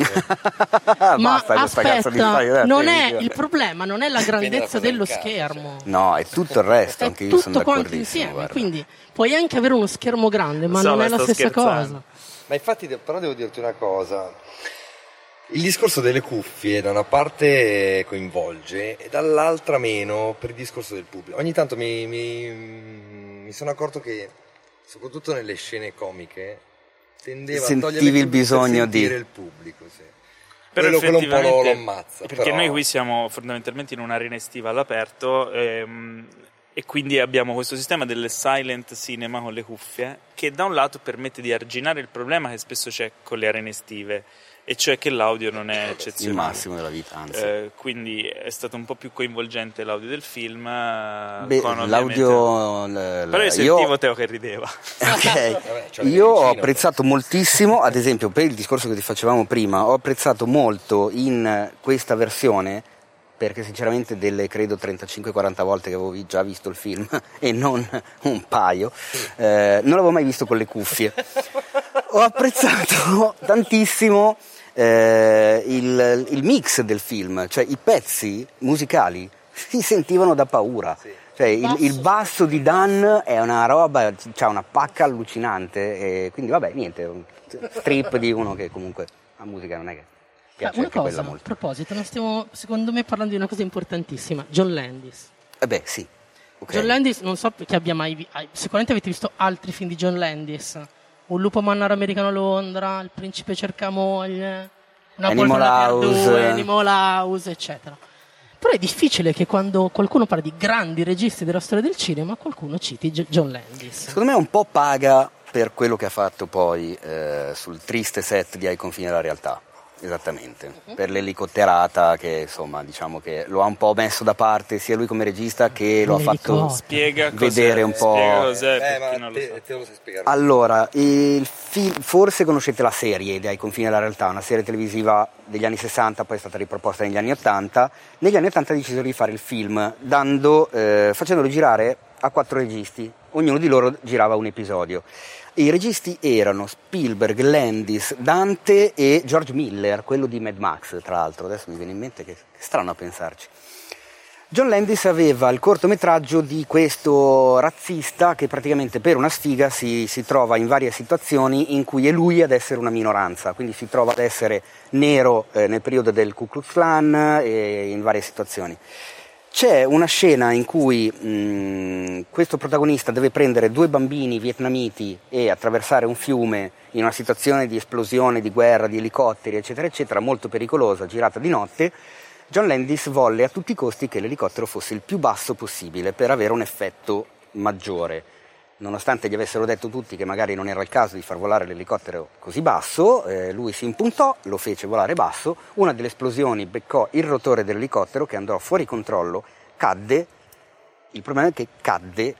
Ma Basta questa cazzo di aspetta, storia, non è il problema, non è la grandezza Appena dello cazzo, schermo. No, è tutto il resto, È anche io sono tutto quanto d'accordissimo. insieme, Guarda. quindi puoi anche avere uno schermo grande, ma So, non ma è la sto stessa scherzando. cosa. Ma infatti, però devo dirti una cosa. Il discorso delle cuffie da una parte coinvolge e dall'altra meno per il discorso del pubblico. Ogni tanto mi sono accorto che, soprattutto nelle scene comiche, tendeva a togliere Sentivi le il cuffie bisogno per sentire di... il pubblico, sì. Però quello un po' lo effettivamente, ammazza. perché però... noi qui siamo fondamentalmente in un'arena estiva all'aperto e quindi abbiamo questo sistema delle silent cinema con le cuffie che da un lato permette di arginare il problema che spesso c'è con le arene estive, e cioè che l'audio non è il eccezionale. massimo della vita, anzi. Quindi è stato un po' più coinvolgente l'audio del film. Beh, con l'audio... Però io sentivo Teo che rideva. Ok, io ho apprezzato moltissimo, ad esempio per il discorso che ti facevamo prima, ho apprezzato molto in questa versione, perché sinceramente delle credo 35-40 volte che avevo già visto il film e non un paio, non l'avevo mai visto con le cuffie. Ho apprezzato tantissimo il mix del film, cioè i pezzi musicali si sentivano da paura. Cioè, il basso di Dan è una roba, c'ha una pacca allucinante, e quindi vabbè, niente, un strip di uno che comunque la musica non è che piace Una anche cosa, quella a molto. proposito, non stiamo secondo me parlando di una cosa importantissima, John Landis. Beh, sì. Okay. John Landis, non so che abbia mai sicuramente avete visto altri film di John Landis. Un lupo mannaro americano a Londra, Il principe cerca moglie, Animal House, Animal House, eccetera. Però è difficile che quando qualcuno parla di grandi registi della storia del cinema, qualcuno citi John Landis. Secondo me un po' paga per quello che ha fatto poi sul triste set di Ai confini della realtà. Esattamente, per l'elicotterata che insomma diciamo che lo ha un po' messo da parte sia lui come regista che lo ha fatto Spiega vedere un po'. Spiega cos'è per chi ma non lo sa. te lo sai spiegare. Allora, forse conoscete la serie Ai confini della realtà, una serie televisiva degli anni 60, poi è stata riproposta negli anni 80. Negli anni 80 decisero di fare il film facendolo girare a 4 registi, ognuno di loro girava un episodio. I registi erano Spielberg, Landis, Dante e George Miller, quello di Mad Max, tra l'altro. Adesso mi viene in mente che strano a pensarci. John Landis aveva il cortometraggio di questo razzista che praticamente per una sfiga si trova in varie situazioni in cui è lui ad essere una minoranza, quindi si trova ad essere nero nel periodo del Ku Klux Klan e in varie situazioni. C'è una scena in cui questo protagonista deve prendere 2 bambini vietnamiti e attraversare un fiume in una situazione di esplosione, di guerra, di elicotteri, eccetera, eccetera, molto pericolosa, girata di notte. John Landis volle a tutti i costi che l'elicottero fosse il più basso possibile per avere un effetto maggiore. Nonostante gli avessero detto tutti che magari non era il caso di far volare l'elicottero così basso, lui si impuntò, lo fece volare basso, una delle esplosioni beccò il rotore dell'elicottero che andò fuori controllo, cadde, il problema è che cadde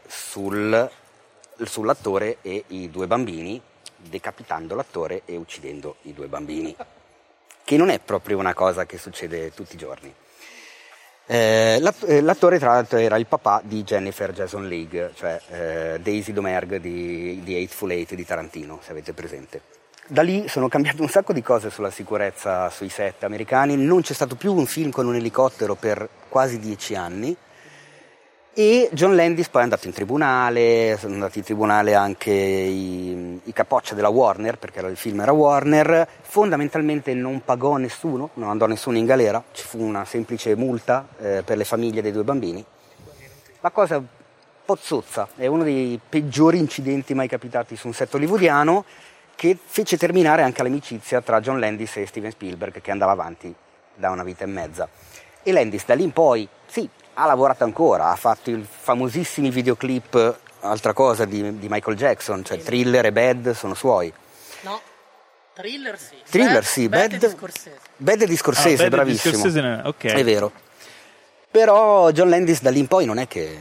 sull'attore e i 2 bambini, decapitando l'attore e uccidendo i 2 bambini. che non è proprio una cosa che succede tutti i giorni. L'attore tra l'altro era il papà di Jennifer Jason Leigh, cioè Daisy Domergue di Hateful Eight di Tarantino, se avete presente. Da lì sono cambiate un sacco di cose sulla sicurezza sui set americani, non c'è stato più un film con un elicottero per quasi 10 anni e John Landis poi è andato in tribunale, sono andati in tribunale anche i capoccia della Warner, perché il film era Warner, fondamentalmente non pagò nessuno, non andò nessuno in galera, ci fu una semplice multa per le famiglie dei 2 bambini. La cosa è un po' zozza, è uno dei peggiori incidenti mai capitati su un set hollywoodiano, che fece terminare anche l'amicizia tra John Landis e Steven Spielberg, che andava avanti da una vita e mezza. E Landis da lì in poi, sì, ha lavorato ancora, ha fatto i famosissimi videoclip, altra cosa, di Michael Jackson, cioè Thriller e Bad sono suoi. No, Thriller sì. Thriller sì, Bad di Scorsese. Bad di Scorsese, Bad di bravissimo. Scorsese, ok. È vero. Però John Landis da lì in poi non è che...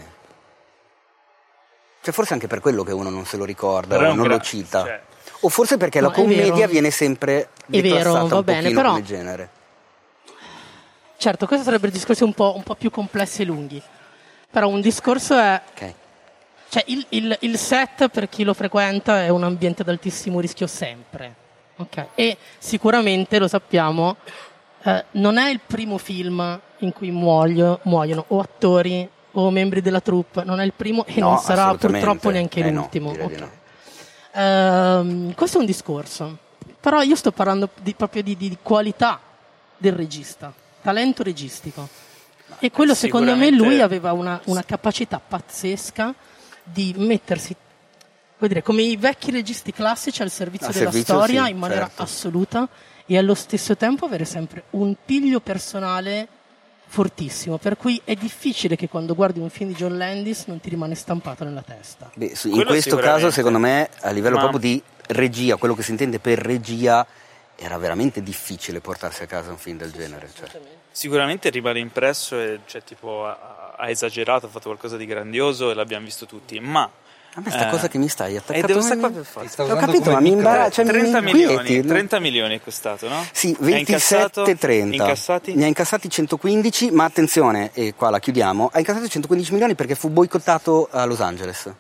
Cioè forse anche per quello che uno non se lo ricorda, Però è o un non lo gra- cita. cioè, O forse perché la No, è commedia vero. viene sempre È vero, declassata va un bene, pochino però- come genere. Certo, questo sarebbero discorsi un po' più complessi e lunghi. Però un discorso è... Ok. Cioè, il set, per chi lo frequenta, è un ambiente ad altissimo rischio sempre. Ok? E sicuramente, lo sappiamo, non è il primo film in cui muoiono o attori o membri della troupe. Non è il primo e No, non sarà assolutamente. purtroppo neanche No, l'ultimo. direi di Ok. no. Questo è un discorso. Però io sto parlando proprio di qualità del regista, talento registico. E quello secondo me sicuramente- lui aveva una capacità pazzesca di mettersi, vuol dire, come i vecchi registi classici al servizio Al della servizio, storia sì, in maniera certo. assoluta e allo stesso tempo avere sempre un piglio personale fortissimo, per cui è difficile che quando guardi un film di John Landis non ti rimane stampato nella testa. Beh, in Quello questo sicuramente. caso, secondo me, a livello Ma- proprio di regia, quello che si intende per regia, era veramente difficile portarsi a casa un film del genere. Cioè. sicuramente rimane impresso e cioè, tipo, ha esagerato, ha fatto qualcosa di grandioso e l'abbiamo visto tutti, ma A me sta cosa che mi stai attaccando. devo stare qua per forza. Ti sta Ho usando capito, come ma mi micro- imbarazza, cioè, 30 mi milioni, inquieti, no? 30 milioni è costato, no? Sì, Ha incassato? 27-30. Incassati? Ne ha incassati 115, ma attenzione, e qua la chiudiamo, ha incassato 115 milioni perché fu boicottato a Los Angeles.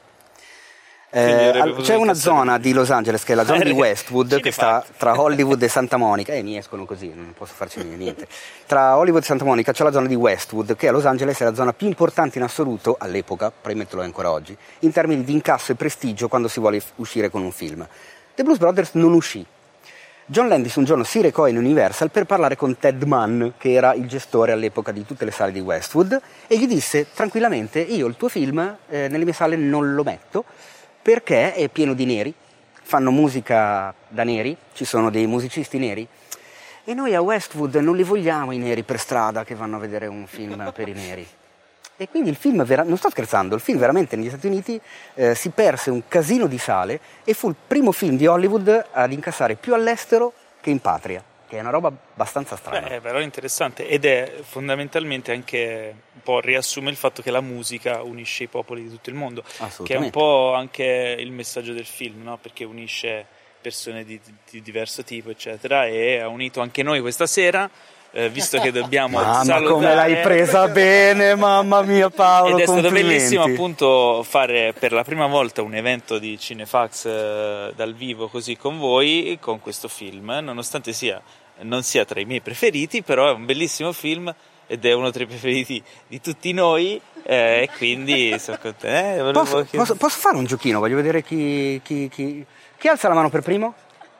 avrebbe potuto C'è una incassare zona di di Los Angeles che è la zona di Westwood, che sta Cinefax. tra Hollywood e Santa Monica, mi escono così, non posso farci niente. Tra Hollywood e Santa Monica c'è la zona di Westwood, che a Los Angeles è la zona più importante in assoluto, all'epoca, probabilmente lo è ancora oggi, in termini di incasso e prestigio quando si vuole uscire con un film. The Blues Brothers non uscì. John Landis un giorno si recò in Universal per parlare con Ted Mann, che era il gestore all'epoca di tutte le sale di Westwood, e gli disse tranquillamente: io il tuo film nelle mie sale non lo metto perché è pieno di neri, fanno musica da neri, ci sono dei musicisti neri e noi a Westwood non li vogliamo i neri per strada che vanno a vedere un film per i neri. E quindi il film, non sto scherzando, il film veramente negli Stati Uniti si perse un casino di sale e fu il primo film di Hollywood ad incassare più all'estero che in patria, che è una roba abbastanza strana. Beh, però è interessante ed è fondamentalmente anche un po' riassume il fatto che la musica unisce i popoli di tutto il mondo, che è un Assolutamente. po' anche il messaggio del film, no? Perché unisce persone di diverso tipo, eccetera, e ha unito anche noi questa sera, visto che dobbiamo Mamma, salutare. come l'hai presa bene, mamma mia Paolo, Ed è stato complimenti. bellissimo appunto fare per la prima volta un evento di Cinefax dal vivo così con voi, con questo film, nonostante non sia tra i miei preferiti, però è un bellissimo film ed è uno tra i preferiti di tutti noi, e quindi sono contento. Posso fare un giochino? Voglio vedere chi alza la mano per primo?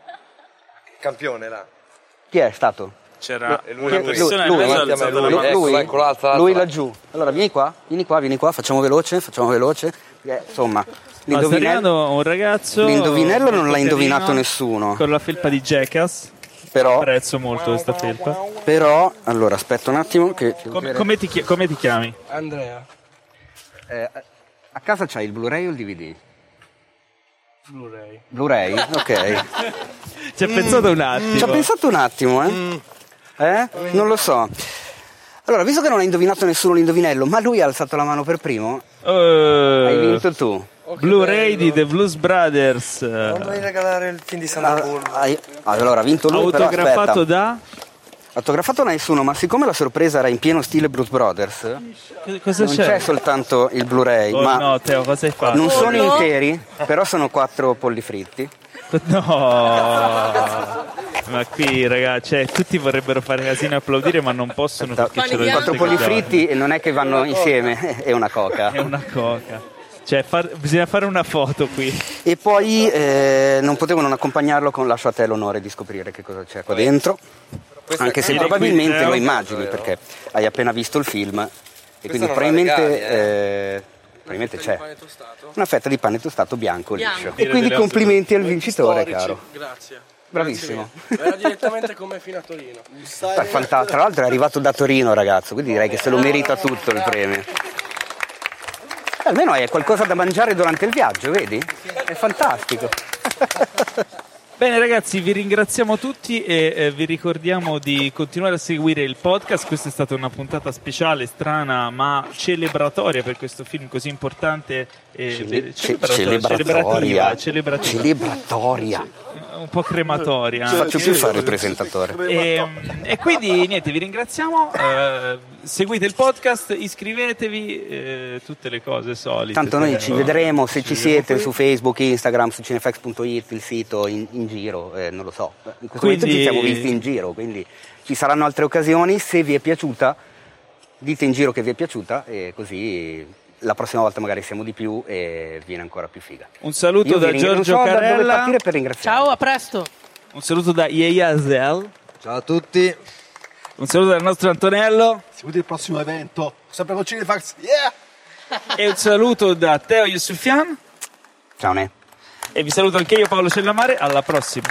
Campione là. Chi è stato? C'era Lui, una persona che lui, aveva davanti a me, alzato la lui. mano. Ecco, ecco, l'altra. Lui laggiù. Allora vieni qua, facciamo veloce. Insomma, Ma sta arrivando un ragazzo. l'indovinello non l'ha molto indovinato carino, nessuno. Con la felpa di Jackass. Però, Apprezzo molto questa felpa. allora aspetta un attimo che Come ti chiami? Andrea. a casa c'hai il Blu-ray o il DVD? Blu-ray. Blu-ray? Ok. Ci ha pensato un attimo. Ci ho pensato un attimo, Non lo so. Allora, visto che non ha indovinato nessuno l'indovinello, ma lui ha alzato la mano per primo, hai vinto tu. Blu-ray di The Blues Brothers. Non dovevi regalare il film di Sandra Bullock. Allora, ha vinto lui, però Autografato aspetta. da Autografato da nessuno, ma siccome la sorpresa era in pieno stile Blues Brothers, Cosa non c'è? c'è soltanto il Blu-ray, Oh ma no, Teo, cosa hai fatto? non sono interi, però sono 4 polli fritti. No, ma qui ragazzi, cioè, tutti vorrebbero fare casino e applaudire, ma non possono perché ce lo 4 polli fritti e non è che vanno insieme, è una coca. È una coca. Cioè, bisogna fare una foto qui. E poi non potevo non accompagnarlo con lascio a te l'onore di scoprire che cosa c'è qua dentro, anche se probabilmente lo immagini perché hai appena visto il film e quindi probabilmente c'è una fetta di pane tostato bianco liscio. E quindi complimenti al vincitore, caro. Grazie. Bravissimo. Era direttamente come fino a Torino. Tra l'altro è arrivato da Torino, ragazzo, quindi direi che se lo merita tutto il premio. Almeno hai qualcosa da mangiare durante il viaggio, vedi? È fantastico. Bene ragazzi, vi ringraziamo tutti e vi ricordiamo di continuare a seguire il podcast. Questa è stata una puntata speciale, strana ma celebratoria per questo film così importante e Celebratoria. Un po' crematoria. Non faccio più fare il presentatore. E quindi niente, vi ringraziamo. Seguite il podcast, iscrivetevi, tutte le cose solite. Tanto noi ci vedremo se ci siete su Facebook, Instagram, su cinefax.it, il sito in giro, non lo so. In questo momento ci siamo visti in giro, quindi ci saranno altre occasioni. Se vi è piaciuta, dite in giro che vi è piaciuta e così la prossima volta magari siamo di più e viene ancora più figa. Un saluto da Giorgio Carella. Da dove partire per ringraziare. Ciao, a presto. Un saluto da Yeya Zel. Ciao a tutti. Un saluto dal nostro Antonello. Seguite il prossimo evento, sempre con Cinefax. Yeah! E un saluto da Teo Yusufian. Ciao Ne. E vi saluto anche io, Paolo Cellamare. Alla prossima.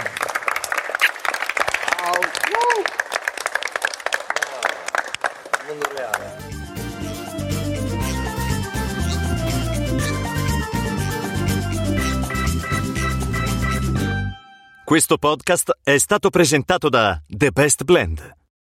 Questo podcast è stato presentato da The Best Blend,